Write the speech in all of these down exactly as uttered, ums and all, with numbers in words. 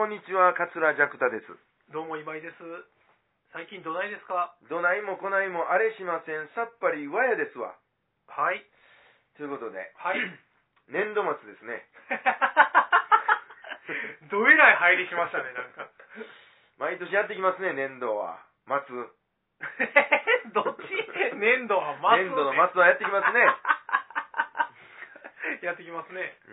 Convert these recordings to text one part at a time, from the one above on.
んにちは、桂ジャクタです。 どうも今井です。最近どないですか？ どないもこないもあれしません。さっぱりわやですわ。 はい。 ということで、 はい。 年度末ですね。 どえらい入りしましたね、なんか。 毎年やってきますね、年度は。末。 どっち？年度は末。 年度の末はやってきますね。 やってきますね。 うん。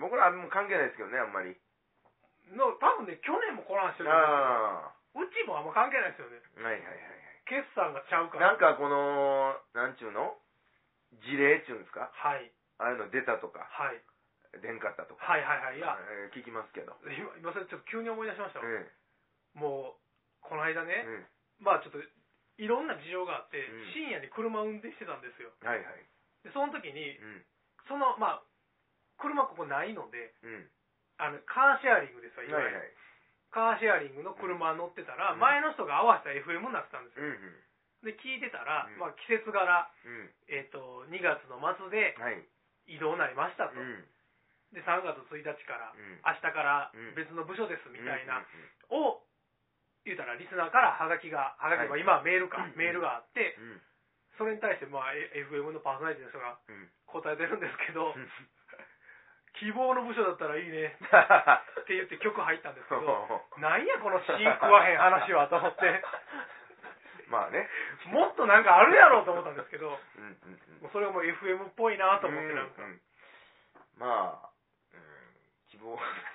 僕らはもう関係ないですけどね、あんまり。 の多分ね、去年もこの話してるんですあけど、うちもあんま関係ないですよね。 あ。はいはいはいはい。 決算がちゃうから。 なんかこの、なんちゅうの事例っちゅうんですか？ はい。 ああいうの出たとか、 はい。 出んかったとか。 はいはいはい。いや、 えー聞きますけど。 今、今それちょっと急に思い出しましたわ。 えもう、この間えね、 うんまあちょっと、いろんな事情があって、 うん深夜に車運転してたんですよ。 はいはい。 で、その時に、 うんその、まあ、車ここないので、 うんあの、カーシェアリングですわ、いわゆる。 はいはい。 カーシェアリングの車乗ってたら、 うん前の人が合わせた エフエム になってたんですよ。 うんうんで、聞いてたら、 うんまあ、季節柄、 うんえっ、と、にがつの末ではい。 移動になりましたと。 うんで、さんがつついたちから、 うん明日からうん別の部署ですみたいな、 うんを、言うたら、リスナーからハガキが、ハガキは今はメールか、 うんメールがあって、 うんうんそれに対して、まあ、エフエム のパーソナリティの人がうん答えてるんですけど、 うん希望の部署だったらいいねって言って曲入ったんですけど、なんやこの芯食わへん話はと思って、 まあね。 もっとなんかあるやろうと思ったんですけど、 うんうんうんもうそれはもう エフエム っぽいなと思ってなんか。 うんうんまあ、うん、希望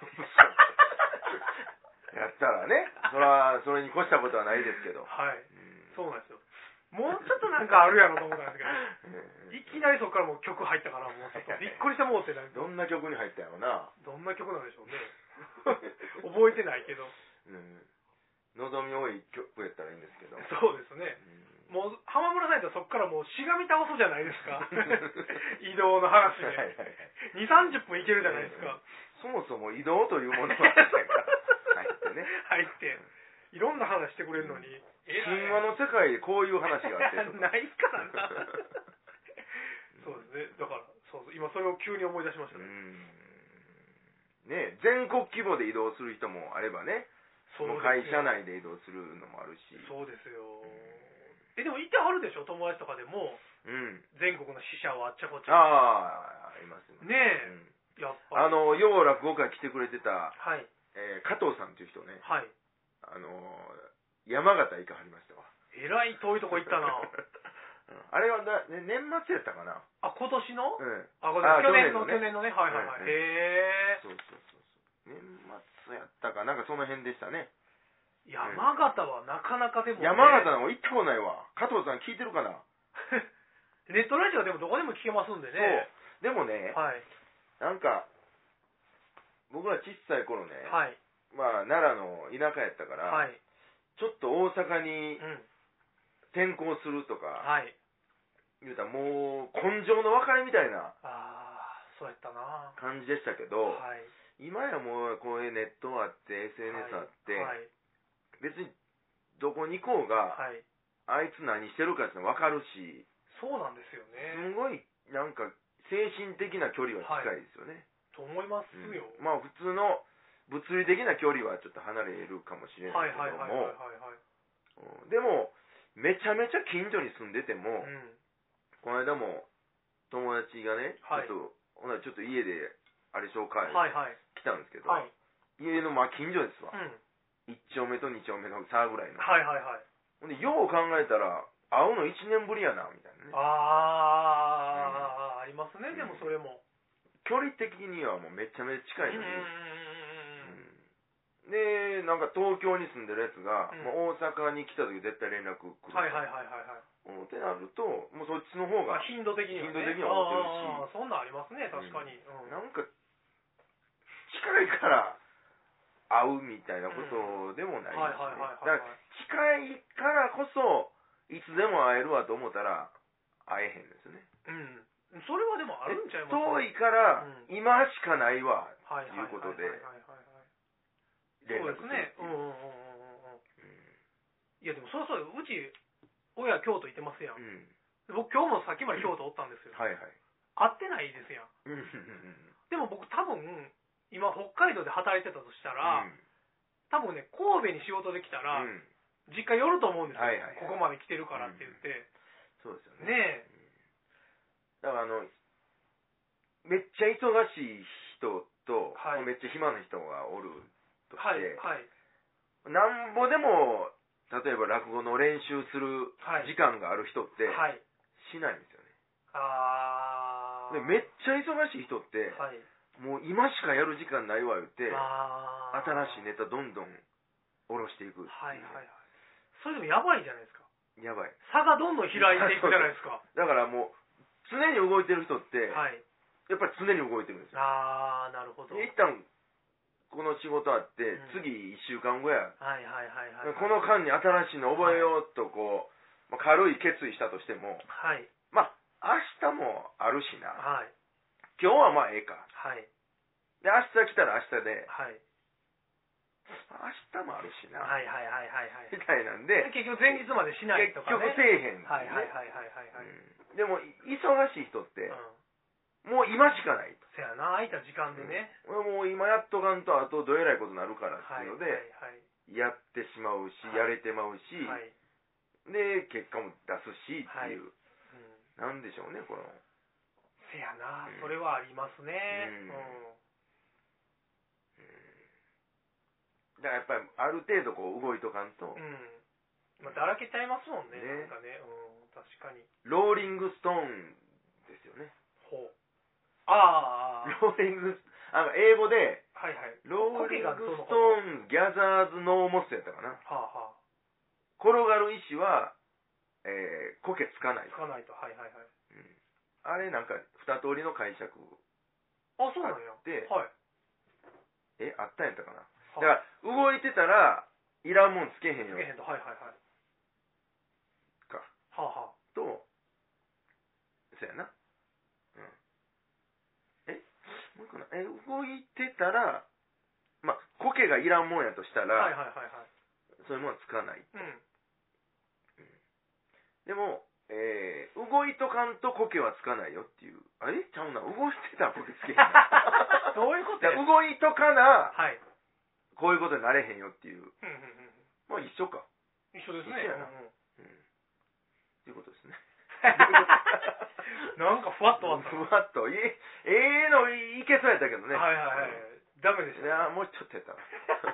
やったらね、そら、それに越したことはないですけど。 はい。 うんそうなんですよ。もうちょっとなんかあるやろと思ったんですけど、 うんいきなりそこからもう曲入ったから、もうちょっとびっくりしてもうてなんか、 どんな曲に入ったんやろな。 どんな曲なんでしょうね。覚えてないけど。 うん望み多い曲やったらいいんですけど。 そうですね。 うんもう、浜村さんとそこからもうしがみ倒すじゃないですか。移動の話で。 はいはいはいに、さんじゅっぷんいけるじゃないですか。 そもそも移動というものは入ってね。 入って。いろんな話してくれるのに。 神話の世界でこういう話があってとか。 ないからな。そうですね。だから、そうそう。今それを急に思い出しましたね。 うんね全国規模で移動する人もあればね。 そうですね会社内で移動するのもあるし。 そうですよ。え、でもいてはるでしょ友達とかでも、 うん。 全国の支社はあっちゃこっちゃ。 ああ、いますよねえ、 うんやっぱり。 あの、よう落語会来てくれてた、 はい。 えー加藤さんっていう人ね。 はい。 あの、山形行かはりましたわ。 えらい遠いとこ行ったな。 うんあれはな、ね、年末やったかな。 あ、今年の、 うん。 あ、これあ去年の、 去年去年のね。はいはいはい。 うんへえ。 そうそうそうそう。年末やったかなんかその辺でしたね。 山形はなかなかでも、ね、 山形の方行ったことないわ。加藤さん聞いてるかな。 ネットラジオでもどこでも聞けますんでね。 そう。でもね、 はい。 なんか、僕ら小さい頃ね、 はい。 まあ、奈良の田舎やったから、 はい。 ちょっと大阪にうん。 転校するとか、 はい。 言うたらもう、根性の別れみたいなああ、そうやったな。 感じでしたけど、 はい。 今やもうこういうネットあって、エスエヌエス あって、 はい。 別にどこに行こうが、 はい。 あいつ何してるかっての分かるし、 そうなんですよね。 すごいなんか精神的な距離は近いですよね。 と思いますよ。 うんまあ普通の物理的な距離はちょっと離れるかもしれないけどはいはいはいはいも、 はいはい。 うんでもめちゃめちゃ近所に住んでても、 うん。 この間も友達がね、 はいちょっとほなちょっと家であれ紹介はいはい。 来たんですけど、 はい。 家のまあ近所ですわ。 うん。 一丁目と二丁目の差ぐらいの。 はいはいはい。 ほんで、よう考えたら、会うの一年ぶりやな、みたいなね。 ああ、ありますね、 うんでもそれも。 距離的にはもうめちゃめちゃ近いのに。 うんうんうんで、なんか東京に住んでるやつが、 うんまあ大阪に来た時絶対連絡来る。 はいはいはいはいはい。 うんってなると、もうそっちの方が、 まあ、頻度的には、ね、 頻度的には合ってるしああ、そんなんありますね、確かに。うんなんか、近いから会うみたいなことでもないし、ねはいはいはいはいだから近いからこそ、いつでも会えるわと思ったら、会えへんですよね。 うん。それはでもあるんちゃいます遠いから、 うん今しかないわ、 はいはいはいはいはいはい。 いうことで連絡するそうですね。うんうんうんうんうん。いやでもそうそう、うち、親京都行ってますやん。 うん。うん僕今日もさっきまで京都おったんですよ。 はいはい。 会ってないですやん。 うんうんでも僕多分、今北海道で働いてたとしたら、 多分ね、神戸に仕事できたら、 うん、 実家寄ると思うんですよ、 はいはいはい、 ここまで来てるからって言って、 うん、そうですよね。 ねえ、 だからあのめっちゃ忙しい人と、 はい、 めっちゃ暇な人がおるとして、 はいはい、 なんぼでも例えば落語の練習する時間がある人ってはい、 しないんですよね。 あでめっちゃ忙しい人って、 はい、 もう今しかやる時間ないわ言ってあ新しいネタどんどん下ろしていくっていう。 はいはいはい。それでもやばいじゃないですか。 やばい。 差がどんどん開いていくじゃないですか。 だからもう常に動いてる人って、 はい、 やっぱり常に動いてるんですよ。 ああ、なるほど。 で一旦この仕事あって、 うん、 次いっしゅうかんごや、 はいはいはいはい、はい、 この間に新しいの覚えようとこう、まあ、軽い決意したとしても、 はい、 まあ明日もあるしな、 はい、 今日はまあええか、 はい、 で明日来たら明日で、 はい、 明日もあるしな、 はいはいはいはいはい、 みたいなんで、 結局前日までしないとかね。 結局せえへん、ね、 はいはいはいはいはい、はい、 うん、でも忙しい人って、 うん、 もう今しかないと。 せやな、空いた時間でね、 うん、もう今やっとかんとあとどえらいことになるからっていうので、 はいはいはい、 やってしまうし、 はい、 やれてまうし、 はい、 で結果も出すしっていう、 はい、うん、 なんでしょうねこの。 せやな、 うん、 それはありますね。 うんうんうん、だからやっぱりある程度こう動いとかんと、 うん、まあ、だらけちゃいますもんね、 ね、 なんかね、うん、確かに。 ローリングストーンですよね。 ほう。ああ、 ローリング、あの英語で、 はいはい。 ローリングストーンギャザーズノーモスやったかな。 はあはあ。 転がる石は、えー、苔つかない。 つかないと、はいはいはい。 うん、あれなんか二通りの解釈あ、そうなんや。 で、 はい。 え、あったんやったかな。 はだから動いてたらいらんもんつけへんよ。 つけへんと、はいはいはい。 か。 はあはあ。 と、そやな。うん。え、もう一個な。え、動いてたら、まあ、苔がいらんもんやとしたら、 はいはいはいはい。 そういうものはつかない。 うん。うん、 でも、えー、動いとかんと苔はつかないよっていう。あれちゃうな。動いてたら苔つけへんな。 どういうことや。 動いとかな、 はい。 こういうことになれへんよっていう。 うんうんうん。 まあ一緒か。 一緒ですね。 一緒やな。 うんうん、 っていうことですね。 なんかふわっと終わった。 ふわっと。えええのいけそうやったけどね。 はいはいはい。ダメでした、ね。 いや、もうちょっとやったら。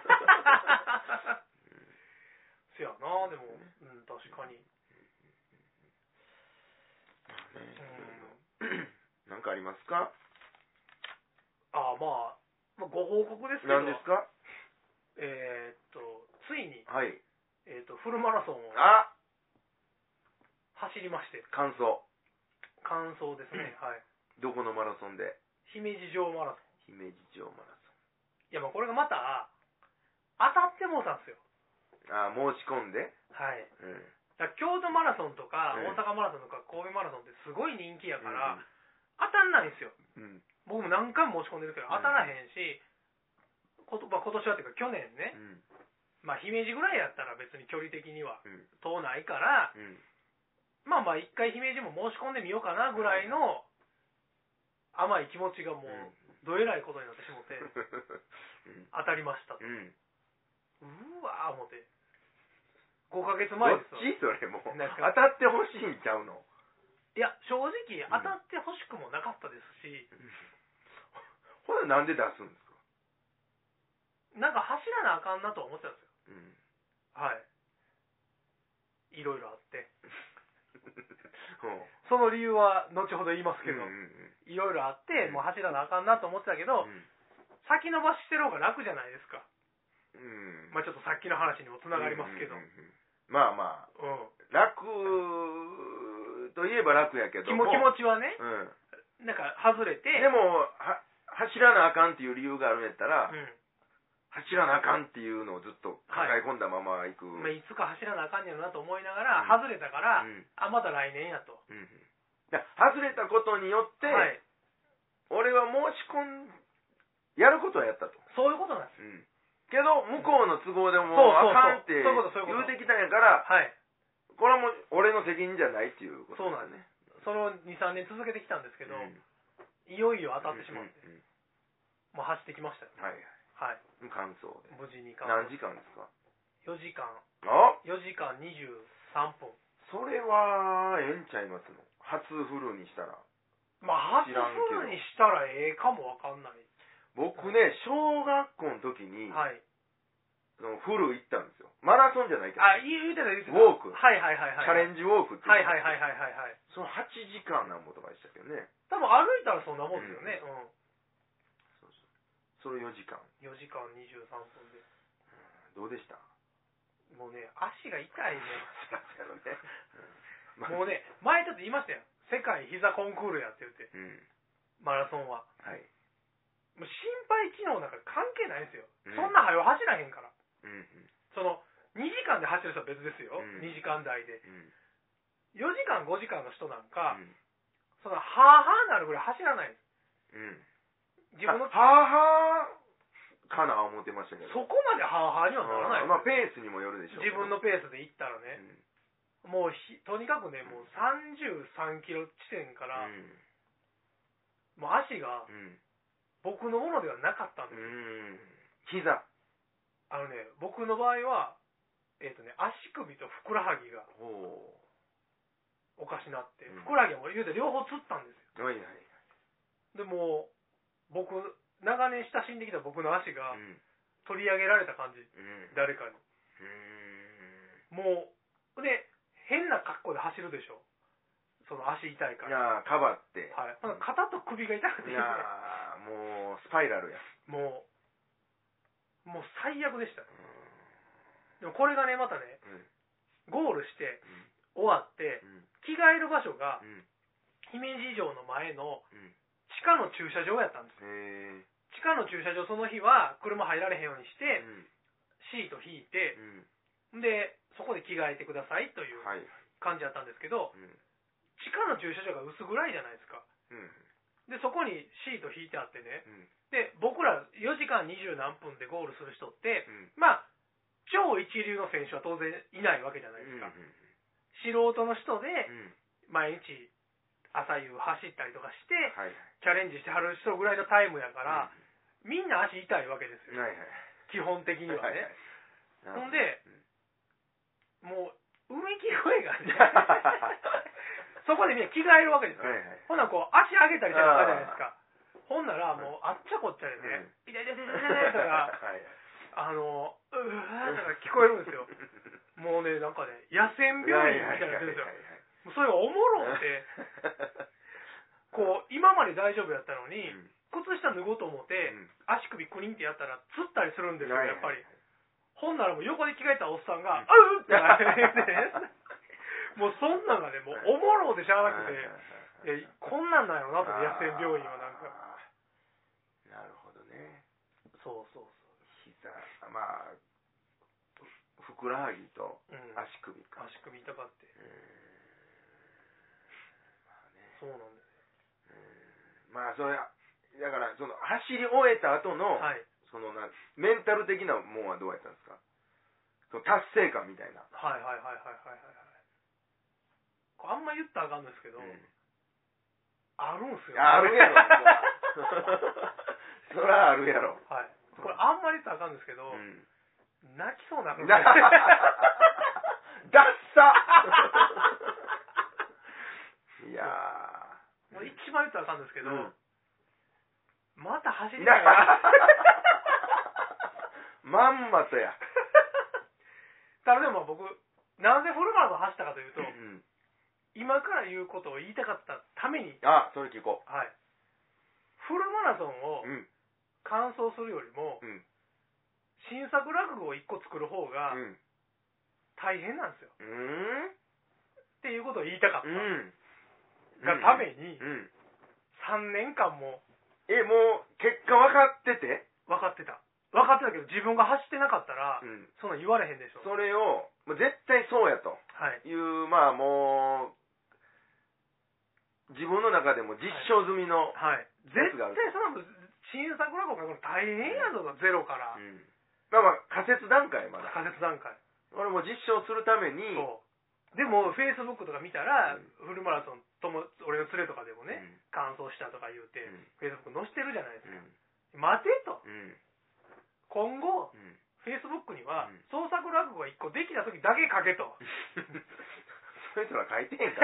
せやな、でも、うん、確かに。 うん、なんかありますか？ ああ、まあ、まあ、ご報告ですけど。 何ですか？ えー、っと、ついに、 はい。 えー、っと、フルマラソンをあ走りまして。 完走。 完走ですね。はい。 どこのマラソンで？ 姫路城マラソン。 姫路城マラいや、まあこれがまた、当たってもうたんですよ。 ソン。あ、申し込んで？ はい。 うん。 だから京都マラソンとか、 うん、 大阪マラソンとか、神戸マラソンってすごい人気やから、 うん、 当たんないんですよ。 うん、 僕も何回も申し込んでるけど、当たらへんし、ことまあ、今年はっていうか去年ね、 うん、 まあ姫路ぐらいやったら別に距離的にはうん、 遠ないから、 うん、 まあまあ一回姫路も申し込んでみようかなぐらいの甘い気持ちがもうどえらいことになってしもて、 うん、 当たりましたと。 うん、 うわー思って。ごかげつまえですわ。 どっちそれもう。当なんかたってほしいんちゃうの？ いや、正直当たってほしくもなかったですし、 うん、ほななんで出すんですか？ なんか走らなあかんなとは思ってたんですよ。 うん、 はい。いろいろあって。 うん、 その理由は後ほど言いますけど、 うんうんうん、 いろいろあって、もう走らなあかんなと思ってたけど、 うん、 先延ばししてる方が楽じゃないですか。 うん、 まあちょっとさっきの話にもつながりますけど。 うんうんうんうん、まあまあ、 うん、 楽といえば楽やけども、 気も気持ちはね、 うん、 なんか外れて、 でもは走らなあかんっていう理由があるんやったら、 うん、 走らなあかんっていうのをずっと抱え込んだまま行く、 まあ、いつか走らなあかんねやろなと思いながら、 うん、 外れたから、 うん、 あ、また来年やと。 うん、だ外れたことによって、 はい、 俺は申し込んやることはやったと。 そういうことなんです。 うん、けど向こうの都合でもそうそうそうあかんってそういうことそういうこと言うてきたんやから、 はい。 これはもう俺の責任じゃないっていうことそうなんですね。そのに、さんねん続けてきたんですけど、 うん、 いよいよ当たってしまって、 うんうんうん、 もう走ってきましたよ。 はいはい。 完走で。 無事に完走。 何時間ですか？ よじかん。 あよじかんにじゅうさんぷん。 それは、ええんちゃいますの？初フルにしたら。 まあ、初フルにしたらええかもわかんない。 僕ね、小学校の時に、 はい。 そのフル行ったんですよ。マラソンじゃないけど。 あ、言うてた言うてた。 ウォーク。 はいはいはいはい。 チャレンジウォークっていう。 はいはいはいはいはいはい。 そのはちじかんなんぼとかでしたけどね。 多分歩いたらそんなもんですよね。うん。うん、 そうそう。それよじかん。 よじかんにじゅうさんぷんで。 どうでした？ もうね、足が痛いね。 そうね。 もうね、前ちょっと言いましたよ。世界膝コンクールやって言って。 うん。 マラソンは。 はい。 もう心肺機能なんか関係ないんですよ。 うん、 そんな早よ走らへんから。 うんうん、 その、にじかんで走る人は別ですよ。うん、にじかん台で、うん。よじかん、ごじかんの人なんか、うん、その、はぁはぁなるぐらい走らないんです。うん。自分の。はぁはぁかな思ってましたけど。 そこまではぁはぁにはならない。 まあ、ペースにもよるでしょう。 自分のペースで行ったらね。うん、もうひ、とにかくね、もうさんじゅうさんキロ地点から、うん、もう足が、うん、僕のものではなかったんですよ。うん、 膝。 あのね、僕の場合は、えっとね、足首とふくらはぎがおかしなって、うん、ふくらはぎはもう言うて両方つったんですよ。はいはい。でも、僕、長年親しんできた僕の足が取り上げられた感じ、うん、誰かに。うん、もう、で、変な格好で走るでしょ。その足痛いから。 いやー、かばって。 はい。肩と首が痛くて、ね。 いやー、もう、スパイラルや。 もう、もう最悪でした。でもこれがね、またね、うん、ゴールして、うん、終わって、うん、着替える場所が、うん、姫路城の前の地下の駐車場やったんです。へ地下の駐車場、その日は車入られへんようにして、うん、シート引いて、うん、で、そこで着替えてくださいという感じだったんですけど、うん、地下の駐車場が薄暗いじゃないですか。うん、で、そこにシート引いてあってね、うん、で、僕らよじかんにじゅうなんぷんでゴールする人って、うん、まあ、超一流の選手は当然いないわけじゃないですか。うんうん、素人の人で、毎日朝夕走ったりとかして、はい、チャレンジしてはる人ぐらいのタイムやから、うん、みんな足痛いわけですよ。はいはい、基本的にはね。はいはい、ほんで、うん、もう、うめき声がね、そこでみんな着替えるわけですよ。はいはい、ほんならこう、足上げたりしてるわけじゃないですか。ほんなら、もう、あっちゃこっちゃでね、痛い痛い痛い痛いとか、はいあの、うわーとか聞こえるんですよ。もうね、なんかね、野戦病院みたいなやつですよ。もうそれがおもろって、こう、今まで大丈夫やったのに、うん、靴下脱ごうと思って、うん、足首クリンってやったら、つったりするんですよ、やっぱり。ほんならもう横で着替えたおっさんが、うん、うっってなってね、もうそんなんがね、もうおもろでしゃあなくて、いや、こんなんなんやろなと、野戦病院はなんか。 なるほどね。 そうそうそう。 まあ、ふくらはぎと足首か。 うん、足首痛かって。 まあね、 そうなんですよ。 まあ、それ、だから、その、走り終えた後の、はい、そのな、メンタル的なもんはどうやったんですか？その達成感みたいな。 はいはいはいはいはいはい。これあんま言ったらあかんですけど、うん、あるんすよ、ね。 あるやろ。そらあるやろ。 はい。これあんまり言ったらあかんですけど、うん、泣きそうになるんですよ。ダッサいやー。もう一番言ったらあかんですけど、うん、また走りたいな。 まんまとや。 ただでも僕、なぜフルマラソン走ったかというと、うん、今から言うことを言いたかったために。 あ、それ聞こう。 はい。フルマラソンを、うん完走するよりも、うん、新作落語をいっこ作る方が大変なんですよ、うん、っていうことを言いたかった、うん、がために、うん、さんねんかんもえもう結果分かってて分かってた分かってたけど自分が走ってなかったら、うん、そんなん言われへんでしょ。 それをもう絶対そうやという、はい、まあもう自分の中でも実証済みの、 はいはい、絶対その新作落語がこれ大変やぞ、ゼロから。うん、 まあまあ、仮説段階まだ。 仮説段階。 俺も実証するために。 そう。でも、フェイスブックとか見たら、うん、フルマラソンとも、俺の連れとかでもね、うん、完走したとか言うて、うん、フェイスブック載してるじゃないですか。うん、待てと、うん。 今後、 うんフェイスブックには、 うん創作落語がいっこできた時だけ書けと。 そういう人は書いてへんから、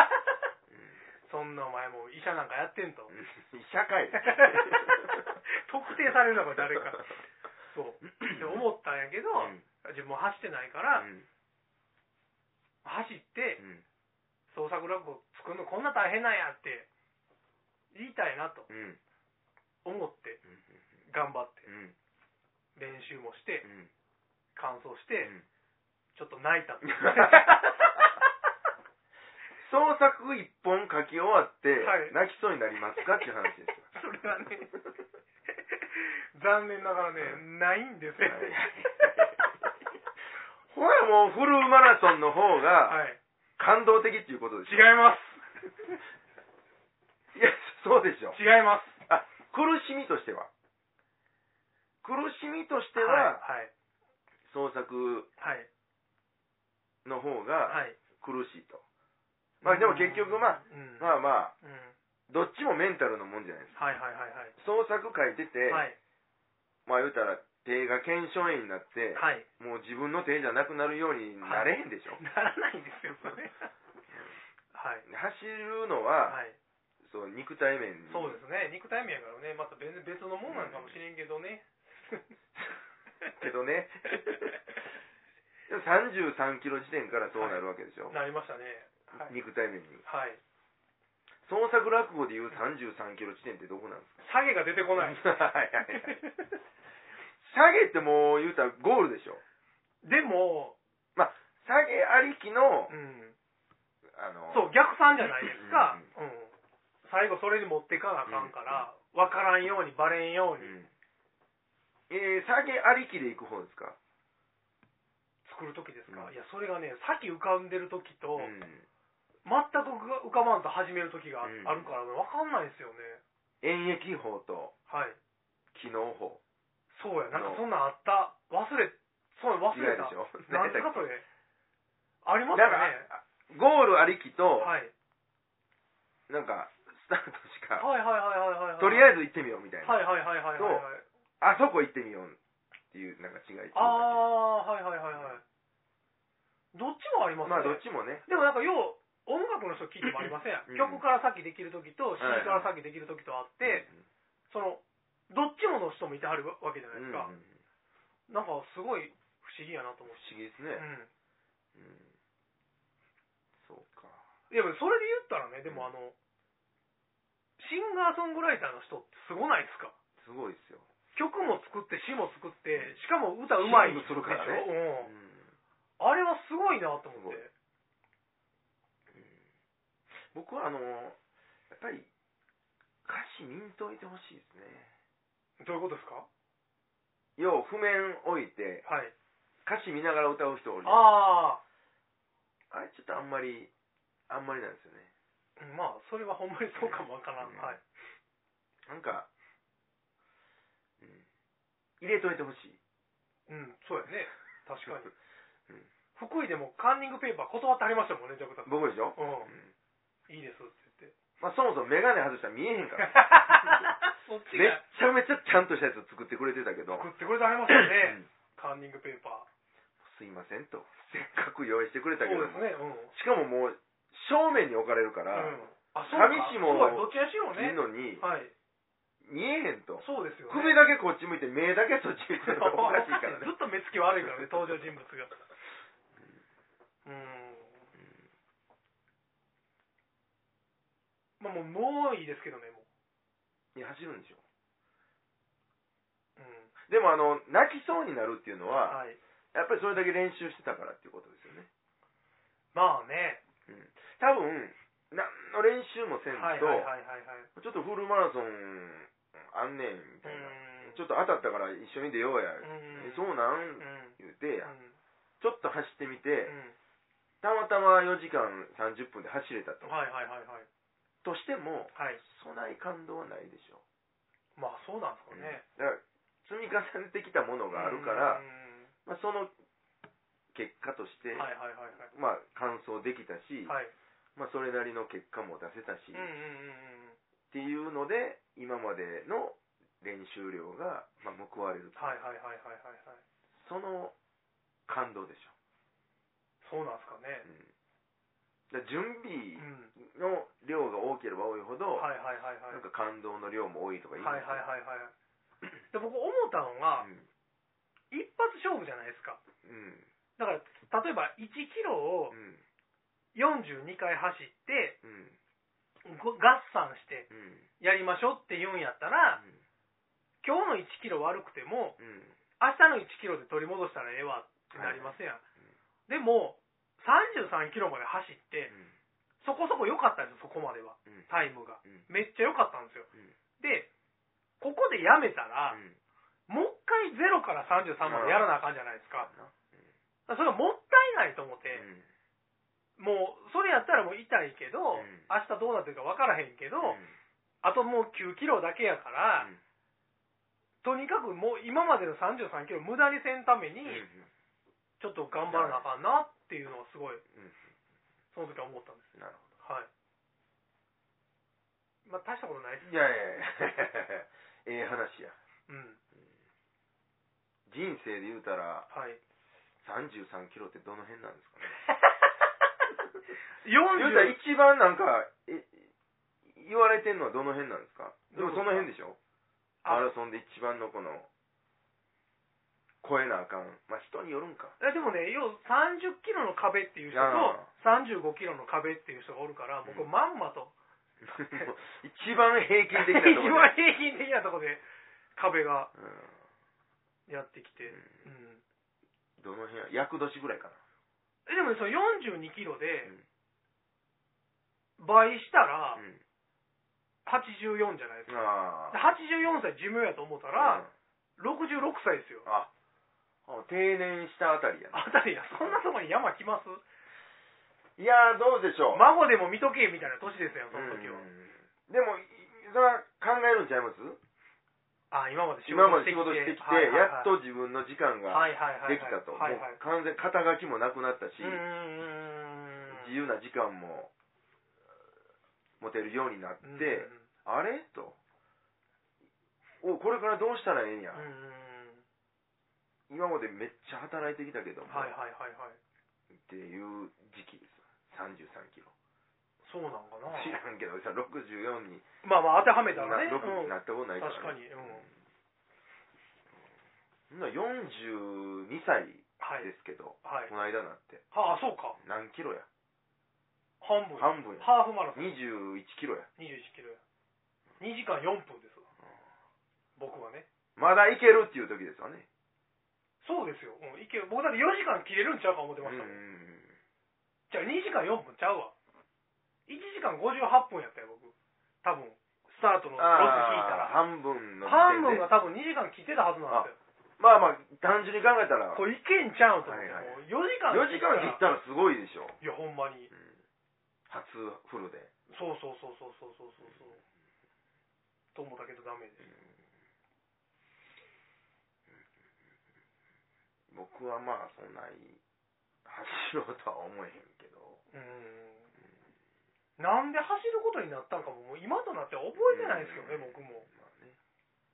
そんなお前もう医者なんかやってんと。 うん、医者かい特定されるのが誰か。そうって思ったんやけど、 うん、 自分も走ってないから、 うん、 走ってうん、 創作落語作るのこんな大変なんやって言いたいなとうん思って頑張ってうん、 練習もしてうん、 完走してうん、 ちょっと泣いた創作一本書き終わって、 はい泣きそうになりますかっていう話ですよ。 それはね残念ながらね、ないんですよ。 ほらもうフルマラソンの方がはい感動的っていうことでしょ。 違いますいや、そうでしょ。 違います。 あ、苦しみとしては苦しみとしては、 はいはい創作はいの方がはい苦しいと。まあでも結局まあ、 うん、 まあまあ、 うん、 どっちもメンタルのもんじゃないですか。 はいはいはいはい創作書いてて、 はいまあ言うたら手が腱鞘炎になって、 はい、 もう自分の手じゃなくなるようになれへんでしょ。 はい、ならないんですよそれはい走るのは、 はいそう肉体面に。 そうですね。肉体面やからね、また別別のもんなんかもしれんけどね。 けどね。でもさんじゅうさんキロ時点からそうなるわけでしょ。 はい、なりましたね。はい、 肉体面に。 はい。 創作落語でいうさんじゅうさんキロ地点ってどこなんですか？ 下げが出てこない。 はいはいはい。下げってもう言うたらゴールでしょ。 でも、 まあ、下げありきの、 うん、 あの、 そう、逆算じゃないですか。 うんうん。最後それに持っていかなあかんから、わからんように、バレんように。 うん、えー、下げありきでいく方ですか？ 作るときですか、 うん、 いや、それがね、先浮かんでるときと、 うん、 全く浮かばんと始めるときがあるからね、わかんないですよね。 演疫法と、 はい。 機能法。 そうや、なんかそんなんあった。忘れ、そう忘れた。 違うでしょ。 なんですかそれ。ありますかね。 ゴールありきと、 はい。 なんか、スタートしか、 はいはいはいはいはい、はい。 とりあえず行ってみようみたいな。 はいはいはいはいはい、はい。 あそこ行ってみようっていう、なんか違いっていうか。 ああ、はいはいはいはい。どっちもありますね。 まあどっちもね。 でもなんかよう、音楽の人聞いてもありません、うん、曲から先できるときと、詩から先できるときとあって、はいはい、その、どっちもの人もいてはるわけじゃないですか。うんうん、なんかすごい不思議やなと思う。 不思議ですね。うん。うん、そうか。 いや、それで言ったらね、でもあの、シンガーソングライターの人ってすごないですか？ すごいですよ。 曲も作って詩も作って、しかも歌うまいでしょ。するからね。 うん。あれはすごいなと思って。 うん、僕はあの、やっぱり歌詞見んといてほしいですね。 どういうことですか？ 要譜面置いて、はい、歌詞見ながら歌う人おる。ああ。あれちょっとあんまり、あんまりなんですよね。 まあ、それはほんまにそうかもわからん。うん、はい。 なんか、うん、入れといてほしい。 うん、そうやね。確かに。うん、福井でもカンニングペーパー断ってありましたもんね、ジャクタさん。 僕でしょ？ うん。うん、いいですって言って。 まあ、そもそもメガネ外したら見えへんから。 そっちめっちゃめちゃちゃんとしたやつ作ってくれてたけど。 作ってくれてありましたよね。うん、カンニングペーパー。 すいませんと。せっかく用意してくれたけど。 そうですね。うん。 しかももう、正面に置かれるから、うん、 あ、そうか。 紙紙もどっちにしろね。 いいのに、はい、見えへんと。 そうですよね。 首だけこっち向いて、目だけそっち向いてるのおかしいからね。 ずっと目つき悪いからね、登場人物が。うん。まあもう、もういいですけどね、もう。いや、走るんでしょ。 うん。 でも、あの、泣きそうになるっていうのは、はい、やっぱりそれだけ練習してたからっていうことですよね。 まあね。 うん。多分、何の練習もせんと、はいはいはいはい、ちょっとフルマラソンあんねん、みたいな。ちょっと当たったから一緒に出ようや。うそうなん、うん、言うて、うん、ちょっと走ってみて、うん、たまたまよじかんさんじゅっぷんで走れたと。はいはいはいはい。としても、はい、そない感動はないでしょ。 まあそうなんですかね。 うん、だから積み重ねてきたものがあるから、まあ、その結果として、はいはいはいはい、まあ完走できたし、はい、まあそれなりの結果も出せたし、うんうんうんうん、っていうので今までの練習量が、まあ、報われる。 はいはいはいはいはいはい。 その感動でしょ。 そうなんですかね。 うん、だ準備の量が多ければ多いほど、 はいはいはいはい。 なんか感動の量も多いとか言いますよ。 はいはいはいはい。で僕思ったのが、うん、一発勝負じゃないですか。うん、だから例えばいちキロをよんじゅうにかい走って、うん、合算してやりましょうって言うんやったら、うん、今日のいちキロ悪くても、うん、明日のいちキロで取り戻したらええわってなりますやん。はい、うん、でもさんじゅうさんキロまで走って、うん、そこそこ良かったんですよ、そこまでは、うん、タイムが、うん、めっちゃ良かったんですよ、うん、でここでやめたら、うん、もう一回ゼロからさんじゅうさんまでやらなあかんじゃないですか。うん、それはもったいないと思って、うん、もうそれやったらもう痛いけど、うん、明日どうなってるか分からへんけど、うん、あともうきゅうキロだけやから、うん、とにかくもう今までのさんじゅうさんキロ無駄にせんために、うん、ちょっと頑張らなあかんなっていうのはすごい、うん、その時は思ったんです。なるほど。はい。まあ大したことないです。 いやいやいやええ話や。うん。人生で言うたら、はい、さんじゅうさんキロってどの辺なんですかね。よんじゅう言うたら一番なんかえ言われてんのはどの辺なんですか。でもその辺でしょ。マラソンで一番のこの超えなあかん。まあ人によるんか。 でもね、要さんじゅっキロの壁っていう人とさんじゅうごキロの壁っていう人がおるから、僕、うん、まんまと一番平均的なところで一番平均的なところで壁がやってきて、うんうん、 どの辺や厄年ぐらいかな。 えでも、ね、そのよんじゅうにキロで倍したらはちじゅうよんじゃないですか。はちじゅうよんさい寿命やと思ったら、うん、ろくじゅうろくさいですよ。 あ、定年したあたりやな。 あたりや。そんなとこに山来ます？ いやー、どうでしょう。 孫でも見とけみたいな年ですよ、その時は。 でも、それは考えるんちゃいます？ あ、今まで仕事してきて、はいはいはい、やっと自分の時間ができたと。はいはいはいはい、もう完全肩書きもなくなったし、うーん、自由な時間も持てるようになって、あれと。お、これからどうしたらええんや。今までめっちゃ働いてきたけども、はいはいはいはい、っていう時期です。さんじゅうさんキロ。 そうなんかな。 知らんけどさ、ろくじゅうよんに。 まあまあ当てはめたらね。 ろくになったことないから、ね。 確かに。 うん。よんじゅうにさいですけど、はいはい、この間なって。 はあ、そうか。 何キロや。 半分。 半分や。 ハーフマラソン。 にじゅういちキロや。 にじゅういちキロや。にじかんよんぷんですわ。僕はね。 まだいけるっていう時ですわね。 そうですよ。うん、いける。僕だってよじかん切れるんちゃうか思ってましたもん。うん、じゃあにじかんよんぷんちゃうわ。いちじかんごじゅうはっぷんやったよ、僕。多分、スタートのロス引いたら。 半分の。 半分が多分にじかん切ってたはずなんですよ。 まあまあ、単純に考えたら。 これいけんちゃうと思って。はいはい、よじかんよじかん切ったらすごいでしょ。 いや、ほんまに。うん、 初フルで。 そうそうそうそうそうそうそう。と思ったけどダメです。 うん、僕はまあ、そんなに走ろうとは思えへんけど。うん。 なんで走ることになったんかも、もう今となっては覚えてないですけどね、僕も。 まあね。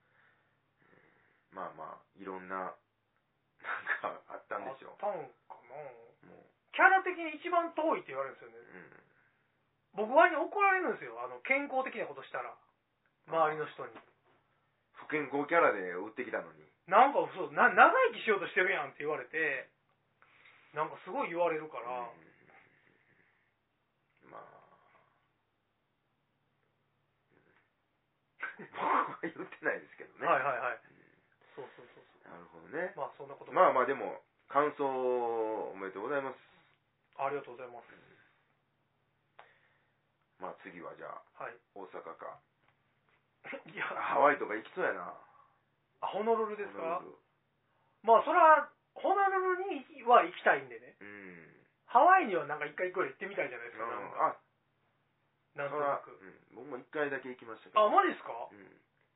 まあまあ、いろんな、なんかあったんでしょう。 あったんかな。もうキャラ的に一番遠いって言われるんですよね。うん、僕割に怒られるんですよ。あの、健康的なことしたら。周りの人に。 不健康キャラで売ってきたのに。 なんかそう、な、長生きしようとしてるやんって言われて、なんかすごい言われるから。うん、まあ。 僕は言ってないですけどね。 はいはいはい。うん、そうそうそうそう。 なるほどね。 まあそんなことも。 まあまあでも、感想おめでとうございます。 ありがとうございます。うん、 まあ次はじゃあ、はい、大阪か。 いや、 ハワイとか行きそうやな。 あ、ホノルルですか？まあそれは、ホノルルには行きたいんでね。うん。ハワイにはなんか一回行くらい行ってみたいじゃないですか。うん、なんか。あ、なんとなく、 うん。僕も一回だけ行きましたけど。 あ、マジですか？うん。うん、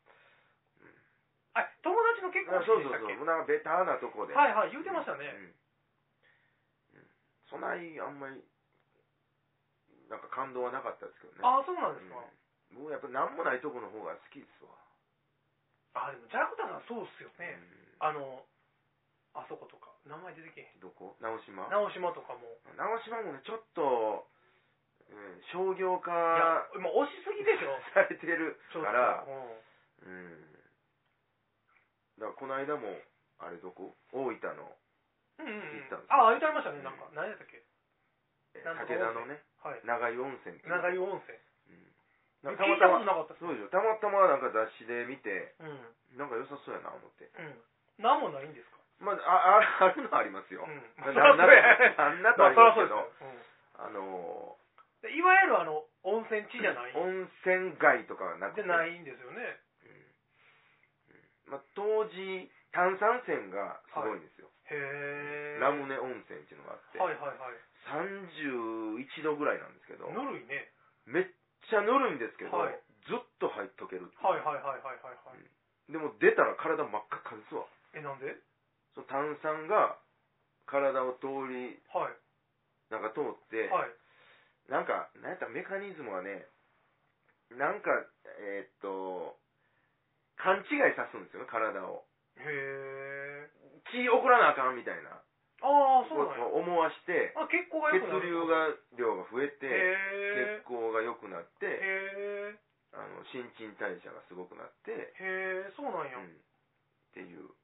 あ、友達の結婚式でしたっけ？ そうそうそう。なんかベターなとこで。 はいはい、言うてましたね。 うん。うん、そないあんまり、なんか感動はなかったですけどね。 ああ、そうなんですか。 うん、僕やっぱ何もないとこの方が好きですわ。 あ、でもジャクタさんそうっすよね。あの、あそことか。名前出てけへん。 どこ？直島？ 直島とかも。 直島もね、ちょっと、うん、商業化。 いや、もう押しすぎでしょ。 されてるから、 うん。 うん。だからこの間も、あれどこ？大分の、 うんうんうん、 行ったんですああ、言ってありましたね、なんか。何やったっけ？ 武田のね、 はい、 長井温泉っていう。 長井温泉。 うん、 たまたま、なかった。 そうでしょ。たまたまなんか雑誌で見て、 うん、 なんか良さそうやな思って。 うん。なんもないんですか？ まあ、あ、あるのはありますよ。 うん。 なんななんなとありますけど、 まあ、 あのー、いわゆるあの、温泉地じゃない。 温泉街とかはなくて。 じゃないんですよね。 うん。まあ、当時、炭酸泉がすごいんですよ。 はい、へー。 ラムネ温泉っていうのがあって、 はいはいはい。 さんじゅういちどぐらいなんですけど、 ぬるいね。 めっちゃぬるいんですけど、 はい、 ずっと入っとけるって。 はいはいはいはいはい、はい、 うん。でも出たら体真っ赤っかですわ。 え、なんで？ その炭酸が体を通り、 はい、 なんか通って、 はい、 なんか、なんやったらメカニズムはね、なんか、えー、っと、勘違いさすんですよね、体を。 へー。 血送らなあかんみたいな。 ああ、そうなんや。 思わして、 あ、血行が良くなる。 血流が量が増えて、 へー。 血行が良くなって、 へー。 あの新陳代謝がすごくなって、 へー、そうなんや。 うん、っていう。うん、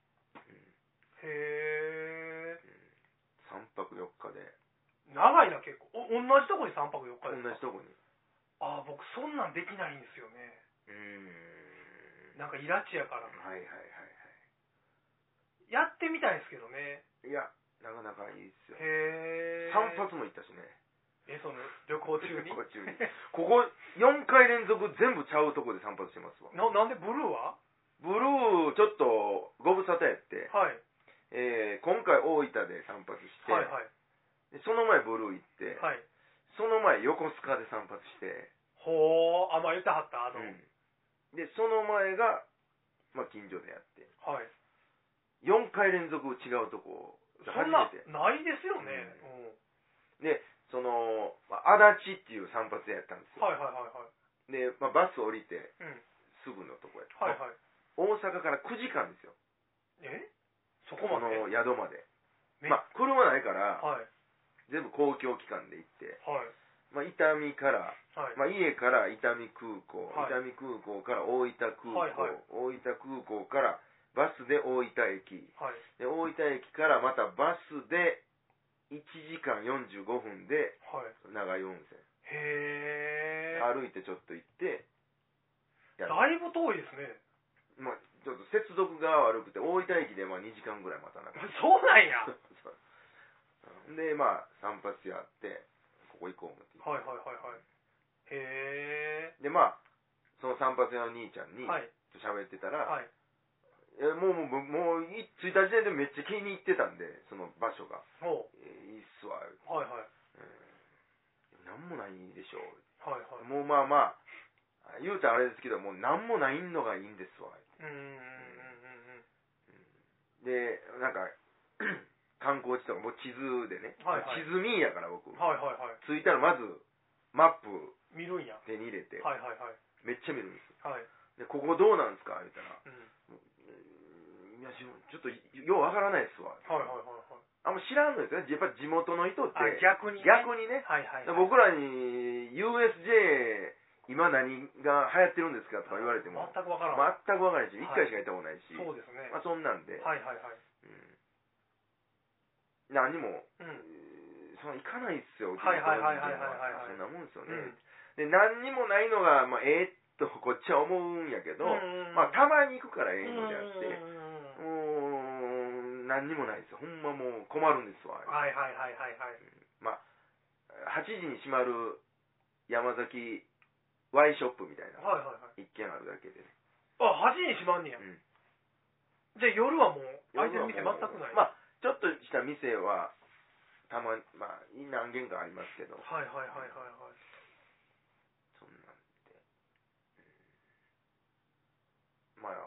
へー。 さんぱくよっかで。 長いな、結構。お同じとこにさんぱくよっかですか？ 同じとこに。 ああ、僕そんなんできないんですよね。 うーん。 なんかイラチやから。 はいはいはいはい。 やってみたいんですけどね。 いや、なかなかいいっすよ。 へー。 散髪も行ったしね。 え、その、旅行中に旅行中に。ここよんかい連続全部ちゃうとこで散髪してますわ。 な、なんでブルーはブルー、ちょっとご無沙汰やって、 はい。 えー、今回大分で散髪して、 はいはい。 でその前ブルー行って、 はい。 その前横須賀で散髪して、 ほー、あ、まあ言ってはった、あの、 うん、で、その前が、まあ近所でやって、 はい。 よんかい連続違うとこ、 そんな、ないですよね。 うん、で、その、まあ、足立っていう散髪屋やったんですよ。 はいはいはいはい。 で、まあ、バス降りて、 うん、 すぐのとこやった。 はいはい。 大阪からくじかんですよ。 えそこまで？ その宿まで。まあ、車ないから、 はい、 全部公共機関で行って、 はい、 まあ、伊丹から、 はい、 まあ、家から伊丹空港、 はい、 伊丹空港から大分空港、 はいはい、 大分空港からバスで大分駅、 はい、 で大分駅からまたバスでいちじかんよんじゅうごふんで長井温泉、 へー歩いてちょっと行ってやる。だいぶ遠いですね。 まあ、ちょっと接続が悪くて大分駅でまあにじかんぐらい待たなかった。 そうなんや。 でまあ散髪やってここ行こう思ってはいはいはいはい。へえ。 でまあその散髪屋の兄ちゃんに喋ってたら、 はい、 えもうもうもう着いた時点でめっちゃ気に入ってたんでその場所が、 おえー、いいっすわ、 はいはい、 えー、なんもないでしょう、 はいはい、 もうまあまあ言うたらあれですけどもうなんもないのがいいんですわ。 うんうんうんうんうんうん。でなんか観光地とかもう地図でね、 はいはい、 地図ミーやから僕、 はいはいはい、 着いたらまずマップ見るんや、 手に入れて、 はいはいはい、 めっちゃ見るんですよ。 はい、 でここどうなんですか言ったら、 うん、 いやちょっとようわからないっすわ。 はいはいはいはい。 あんま知らんのですよね。やっぱ地元の人って逆にね、 逆にね、 はいはいはい、 僕らに ユーエスジェー 今何が流行ってるんですかとか言われても全くわからない。 全くわからないし、いっかいしか行ったことないし、 そうですね。 まあそんなんで、 はいはいはい。 うん、何にも、 うん、 そんな行かないっすよ。 はいはいはいはいはいはい。 そんなもんですよね。 うん、 で何にもないのがまあええとこっちは思うんやけど、まあたまに行くからええのであって、うーん何にもないですよ。ほんまもう困るんですわ。 はいはいはいはいはい。 まあはちじに閉まる山崎ワイショップみたいな、 はいはいはい、 一軒あるだけでね。 あ、はちじに閉まんねや。うん、じゃあ夜はもう開いてる店全くない。 まあちょっとした店はたまにまあ何軒かありますけど。 はいはいはいはいはい。 そんなんで、うん、まあ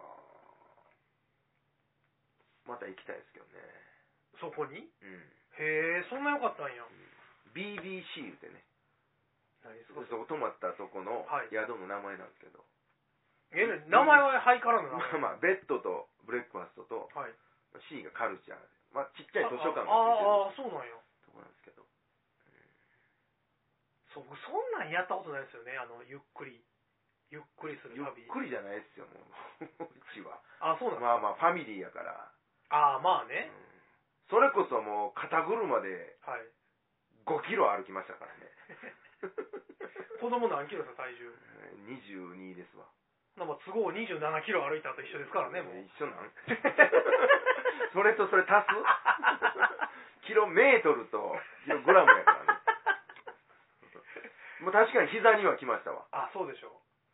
また行きたいですけどね。 そこに？ うん。 へえ、そんな良かったんや。うん、 ビービーシー 言うてね。 何ですか？ そこ泊まったとこの宿の名前なんですけど、 えー、名前はハイカラな名前。 まあまあ、ベッドとブレックファストと、はい、C がカルチャー。まあ、ちっちゃい図書館がついてる。 ああ、そうなんや。 とこなんですけど。 そう、そんなんやったことないですよね、あの、ゆっくり。ゆっくりする旅。 ゆっくりじゃないですよ、もう。うちは。 あ、そうなんですか。 まあまあ、ファミリーやから。 ああ、まあね、 うん。それこそもう、肩車で、ごキロ歩きましたからね。 子供何キロですか、体重。 にじゅうにですわ。 なんか都合にじゅうななキロ歩いたと一緒ですからね、もう。 一緒なんそれとそれ足すキロメートルとキログラムやからね。もう確かに膝には来ましたわ。 あ、そうでしょう。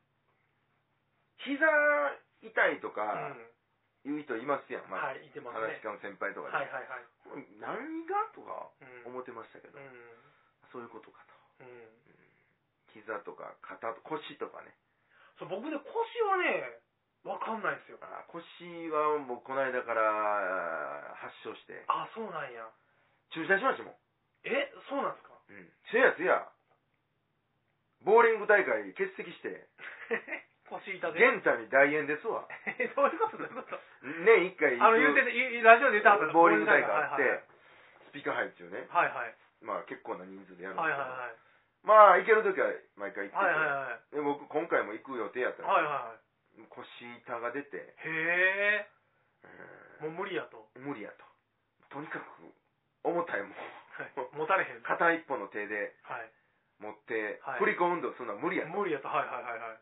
膝痛いとか言う人いますやん。まあ、 はい、いてますね。 話し家の先輩とかで。 はいはいはい。 何がとか思ってましたけど、うん、そういうことかと。うん、膝とか肩と腰とかね。 そう、僕ね、腰はね、わかんないですよ。 あ、腰はもうこの間から発症して。 あ、そうなんや。 注射しましたもん。 え、そうなんですか。 うん。せやせや。ボーリング大会欠席して。 腰痛で。 現在に大円ですわ。 え、どういうことどういうこと年一回。 あの、言うてて、ラジオで言った後ボーリング大会あって、スピーカー入っていうね。 はいはい。 まあ結構な人数でやるんですけど。はいはいはい。まあ行けるときは毎回行ってて。はいはいはい。で、僕今回も行く予定やったんです。はいはいはい。腰痛が出て。へえ。もう無理やと。無理やと。とにかく重たいもん。はい、持たれへん。片一方の手で持って、はい、振り子運動するのは無理やと。無理やと。はいはいはいはい。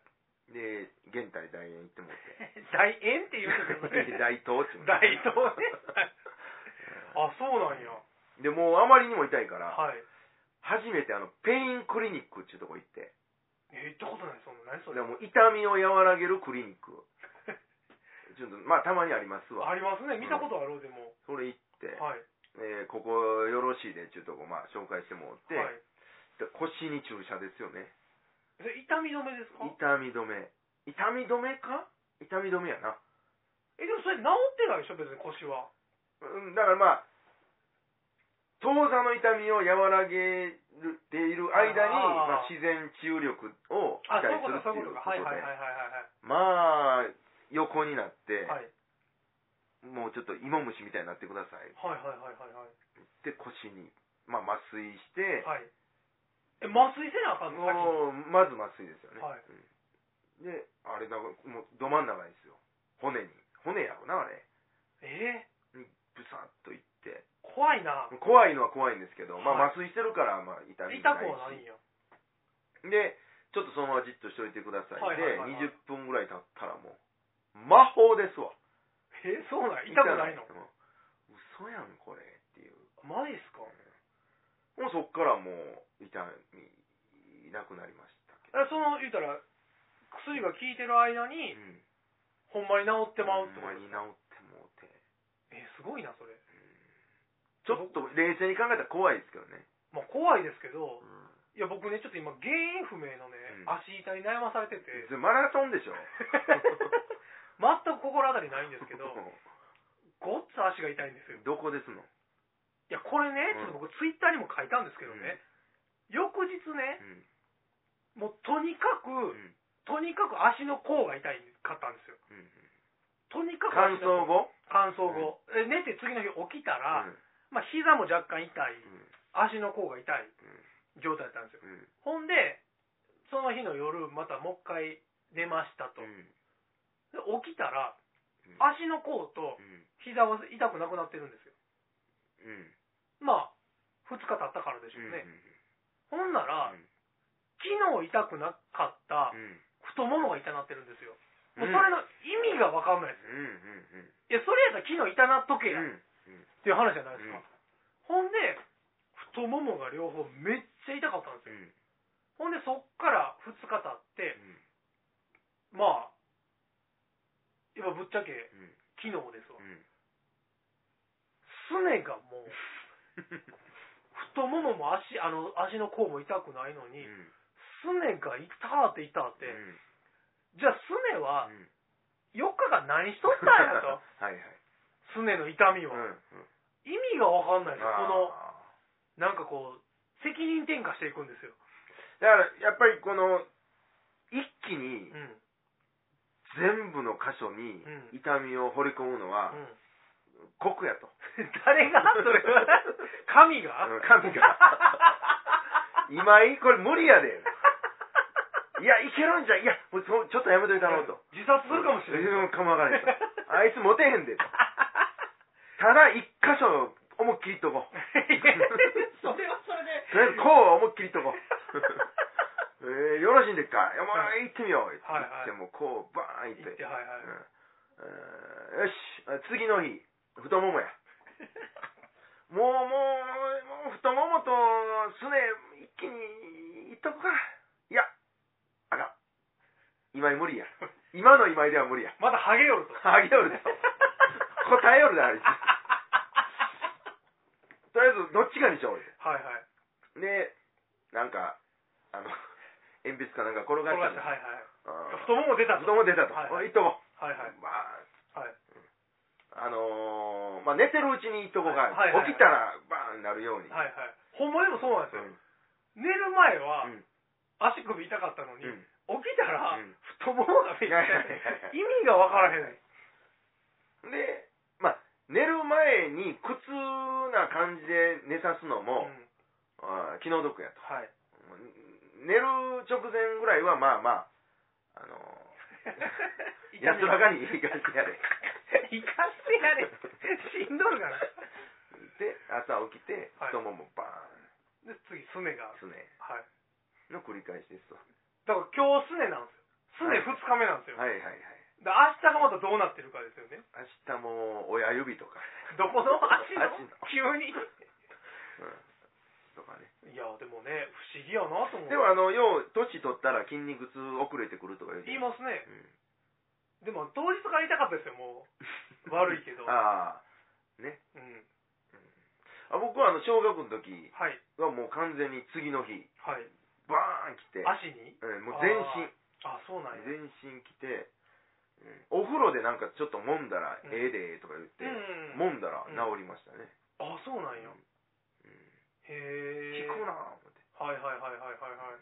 で、現代大円行ってもらって。大円って言うんですよ。大東って言うんです。大東ね。あ、そうなんや。で、もうあまりにも痛いから、はい、初めてあの、ペインクリニックっていうとこ行って。え、行ったことない、そんな。何それ。でも痛みを和らげるクリニック。ちょっと、まあたまにありますわ。ありますね。見たことある、うん、でも。それ行って、はい。えー、ここよろしいでっていうとこ、まあ紹介してもらって、はい、で腰に注射ですよね。痛み止めですか？痛み止め。痛み止めか？痛み止めやな。え、でもそれ治ってないでしょ、別に腰は。うん、だからまあ、当座の痛みを和らげている間に、まあ、自然治癒力を期待するっていうことで、まあ、横になって、はい、もうちょっと芋虫みたいになってください。はいはいはいはいはい。で、腰に、まあ、麻酔して、はい。え、麻酔せなあかんの？もう、まず麻酔ですよね。はい。うん、で、あれだ、もう、ど真ん中ですよ。骨に。骨やろな、あれ。えー、に、ブサッといって。怖いな。怖いのは怖いんですけど、はい、まあ、麻酔してるから、まあ、痛みないし。痛くはないんや。で、ちょっとそのままじっとしといてください。はいはいはいはい、で、にじゅっぷんぐらい経ったらもう、魔法ですわ。え、そうなん？痛くないの？嘘やん、これ。っていう。マジっすか？うん、もうそっからもう、痛み、なくなりましたけど。その、言うたら、薬が効いてる間に、うん、ほんまに治ってまうってことですか？ほんまに治ってもうて。え、すごいな、それ。うん、ちょっと冷静に考えたら怖いですけどね。まあ、怖いですけど、うん、いや、僕ね、ちょっと今、原因不明のね、うん、足痛に悩まされてて。マラソンでしょ？全く心当たりないんですけど、ごっつ足が痛いんですよ。どこですの？いや、これね、ちょっと僕、ツイッターにも書いたんですけどね、うん、翌日ね、うん、もうとにかく、うん、とにかく足の甲が痛いかったんですよ。うん、とにかく足の甲。乾燥後乾燥後、うん、寝て次の日起きたら、うん、まあ、膝も若干痛い、うん、足の甲が痛い状態だったんですよ。うん、ほんで、その日の夜、またもう一回寝ましたと。うん、で起きたら、足の甲と膝は痛くなくなってるんですよ。うん、まあ、ふつか経ったからでしょうね。うん、ほんなら、うん、昨日痛くなかった太ももが痛なってるんですよ。もうそれの意味が分かんないですよ。うんうんうん、いや、それやったら昨日痛なっとけや、うんうん、っていう話じゃないですか。うん、ほんで、太ももが両方めっちゃ痛かったんですよ。うん、ほんで、そっからふつか経って、うん、まあ、今ぶっちゃけ、うん、昨日ですわ。うん、すねがもう、太ももも足、あの、足の甲も痛くないのに、うん、すねが痛って痛って、うん、じゃあすねは、よっかかん何しとったんやと。はいはい。すねの痛みは。うんうん、意味がわかんないですよ。この、なんかこう、責任転嫁していくんですよ。だから、やっぱりこの、一気に、 全部の箇所に痛みを掘り込むのは、うん、酷やと。 誰がそれ神が、 うん、神が。今井、これ無理やで。いや、いけるんじゃん。いや、もうちょっとやめといたろうと。 自殺するかもしれない。 うん、かもわからないと。あいつモテへんでと。ただ、一箇所、思いっきりいっとこう。 それはそれで。 とりあえず、こう思いっきりいっとこう。えー、よろしいんでっか。いや、もう行ってみよう。って言っても、こう、バーン行って。行って、はいはい。うんえー、よし、次の日、太ももや。もう、もう、もう、太ももとすね、一気にいっとくか。いや、あかん。今井無理や。今の今井では無理や。 まだハゲよると。 ハゲよると。答えよるだ、あいつ。とりあえず、どっちかにしよう。はいはい。で、なんか、あの、鉛筆かなんか転がした。転がした、はいはい。 太もも出たと。 太もも出たと。はい、はい。いっとこう。はいはい。まあ、はい。あのー、まあ、寝てるうちにいっとこが、はいはいはい、起きたら、バーンなるように。はいはい。 ほんまでもそうなんですよ。うん、寝る前は、うん、足首痛かったのに、うん、起きたら、うん、太ももが見えて、意味がわからへん。はい、 で、まあ、寝る前に苦痛な感じで寝さすのも、うん、あ気の毒やと。はい。寝る直前ぐらいは、まあまあ、あのー、安らかに行かせてやれ。 行かせてやれ。しんどいから。 で、朝起きて、太ももバーン。で、次、すねが。 すね。はい。の繰り返しですと。 だから今日すねなんですよ。すねふつかめなんですよ。 はいはいはい。 で、明日がまたどうなってるかですよね。 明日も親指とか。 どこの足の急に。うん。 とかね。 いや、でもね、不思議やなと思う。 でもあの、よう、年取ったら筋肉痛遅れてくるとか言う。 言いますね。うん、でも、当日から痛かったですよ、もう。悪いけど。 ああ。ね。うん。あ僕はあの、小学の時はもう完全に次の日。はい。バーン来て。 足にうん、もう全身。 あ、そうなんや。 全身来て、うん、お風呂でなんかちょっと揉んだら、うん、ええでとか言って、うん、揉んだら治りましたね。 うん、あ、そうなんや。うんへえ。 効くなぁ思って。 はいはいはいはいはいはい。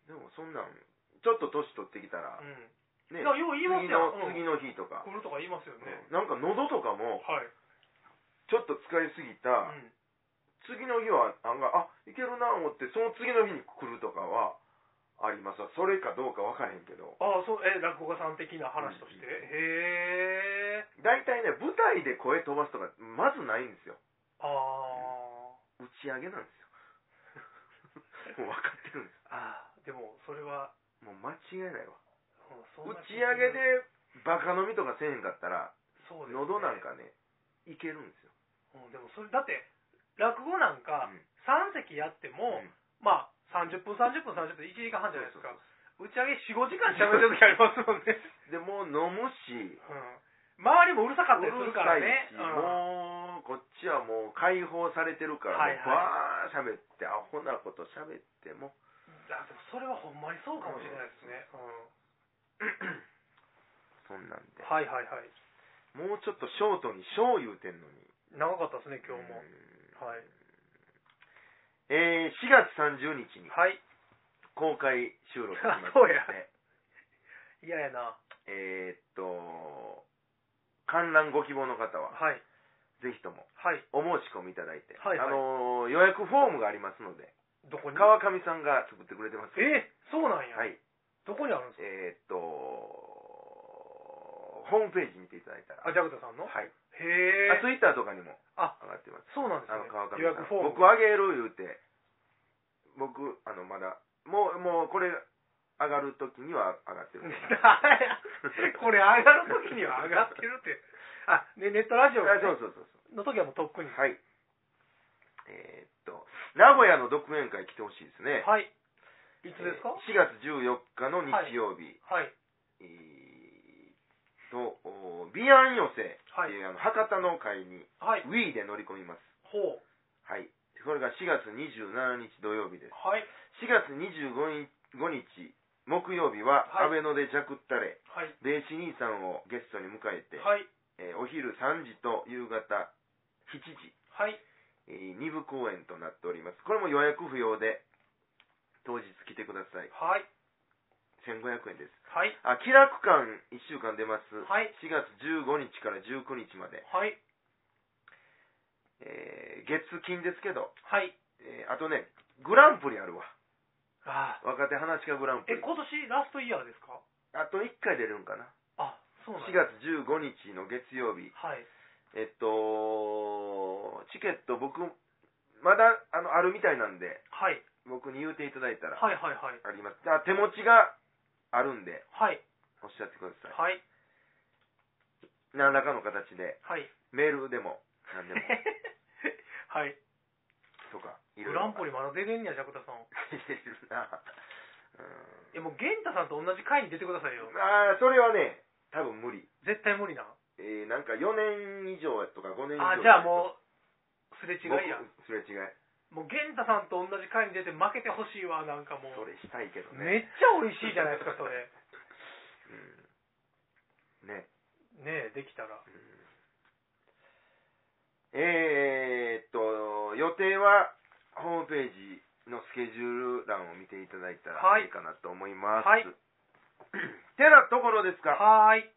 でもそんなん、ちょっと年取ってきたら、うん、 ね、よう言いますよ。 次の日とか。 来るとか言いますよね。 うん、なんか喉とかも、はい、ちょっと使いすぎた、うん、次の日は案外、あ、いけるなぁ思って、その次の日に来るとかは、ありますわ。それかどうか分からへんけど。 ああ、そう、え、落語家さん的な話として。うん、へえ。 大体ね、舞台で声飛ばすとか、まずないんですよ。ああ、うん。打ち上げなんですよ。もう分かってるんです。 ああ、でも、それは。 もう間違いないわ。打ち上げでバカ飲みとかせえへんかったら、そうですね、喉なんかね、いけるんですよ。 うん、でもそれ、だって、落語なんか、さん席やっても、うん、まあ、さんじゅっぷん、さんじゅっぷん、さんじゅっぷん、いちじかんはんじゃないですか。打ち上げよん、ごじかん喋るときありますもんね。 で、もう飲むし、 うん、周りもうるさかったりするからね。 うるさいし、うん、もう、こっちはもう解放されてるから、はいはい、バー喋って、アホなこと喋っても。 だでもそれはほんまにそうかもしれないですね。うん、 そんなんで。 はいはいはい。 もうちょっとショートにショー言うてんのに。 長かったですね、今日も。はい。 えー、しがつさんじゅうにちに、はい、公開収録します、ね。 そうや。嫌やな。 えー、っと、観覧ご希望の方は、はい、ぜひとも、はい、お申し込みいただいて、はいはい、あのー、予約フォームがありますので、 どこに？ 川上さんが作ってくれてます。 えー、そうなんや。 はい。 どこにあるんですか？ えー、っと、ホームページ見ていただいたら。 あ、ジャグタさんの？ はい。 へー。 あ、ツイッターとかにも上がってます。 そうなんですね。 あの、川上さん。 予約フォーム。 僕あげる言うて、僕、あの、まだ、もう、もう、これ、上がるときには上がってる。 これ上がるときには上がってるって。あ、ね、ネットラジオ、ね、 そうそうそうそう。 の時はもうとっくに。 はい。えー、っと、名古屋の独演会来てほしいですね。 はい。いつですか？ しがつじゅうよっかの日曜日。はい。はい、えー、と、ビアン寄せっていう、はい、あの博多の会に、はい、ウィーで乗り込みます。ほう。はい。これがしがつにじゅうしちにち土曜日です。はい。しがつにじゅうごにち木曜日は、はい、アベノでジャクったれ、はい、ベーシ兄さんをゲストに迎えて、はい、えー、お昼さんじと夕方しちじ、はい、えー、にぶ公演となっております。これも予約不要で当日来てください。はい。 せんごひゃくえんです。 はい。 あ、気楽館いっしゅうかん出ます。 はい。 しがつじゅうごにちからじゅうくにちまで。 はい。 えー、月金ですけど。 はい。 えー、あとね、グランプリあるわ。 ああ。 若手話し家グランプリ。 え、今年ラストイヤーですか？ あといっかい出るんかな。 あ、そうなんです。 しがつじゅうごにちの月曜日。 はい。 えっと、チケット僕、まだあのあるみたいなんで、 はい。 僕に言うていただいたら、 はいはいはい。 あります。あ、手持ちがあるんで、 はい。 おっしゃってください。 はい。 何らかの形で、 はい。 メールでも、何でも。 はい。 とか、 いろいろ。グランプリまだ出れんねや、ジャクタさん。 出るな。うん。 いや、もう、ゲンタさんと同じ回に出てくださいよ。 ああ、それはね、多分無理。 絶対無理な。 えー、なんかよねん以上とかごねん以上。 あ、じゃあもう、すれ違いや。 すれ違い。 もう、ゲンタさんと同じ回に出て負けてほしいわ、なんかもう。 それしたいけどね。 めっちゃ美味しいじゃないですか、それ。 うん。ね。 ねえ、できたら。うん、 えーっと、予定は、ホームページのスケジュール欄を見ていただいたらいいかなと思います。はい。てなところですか。 はい。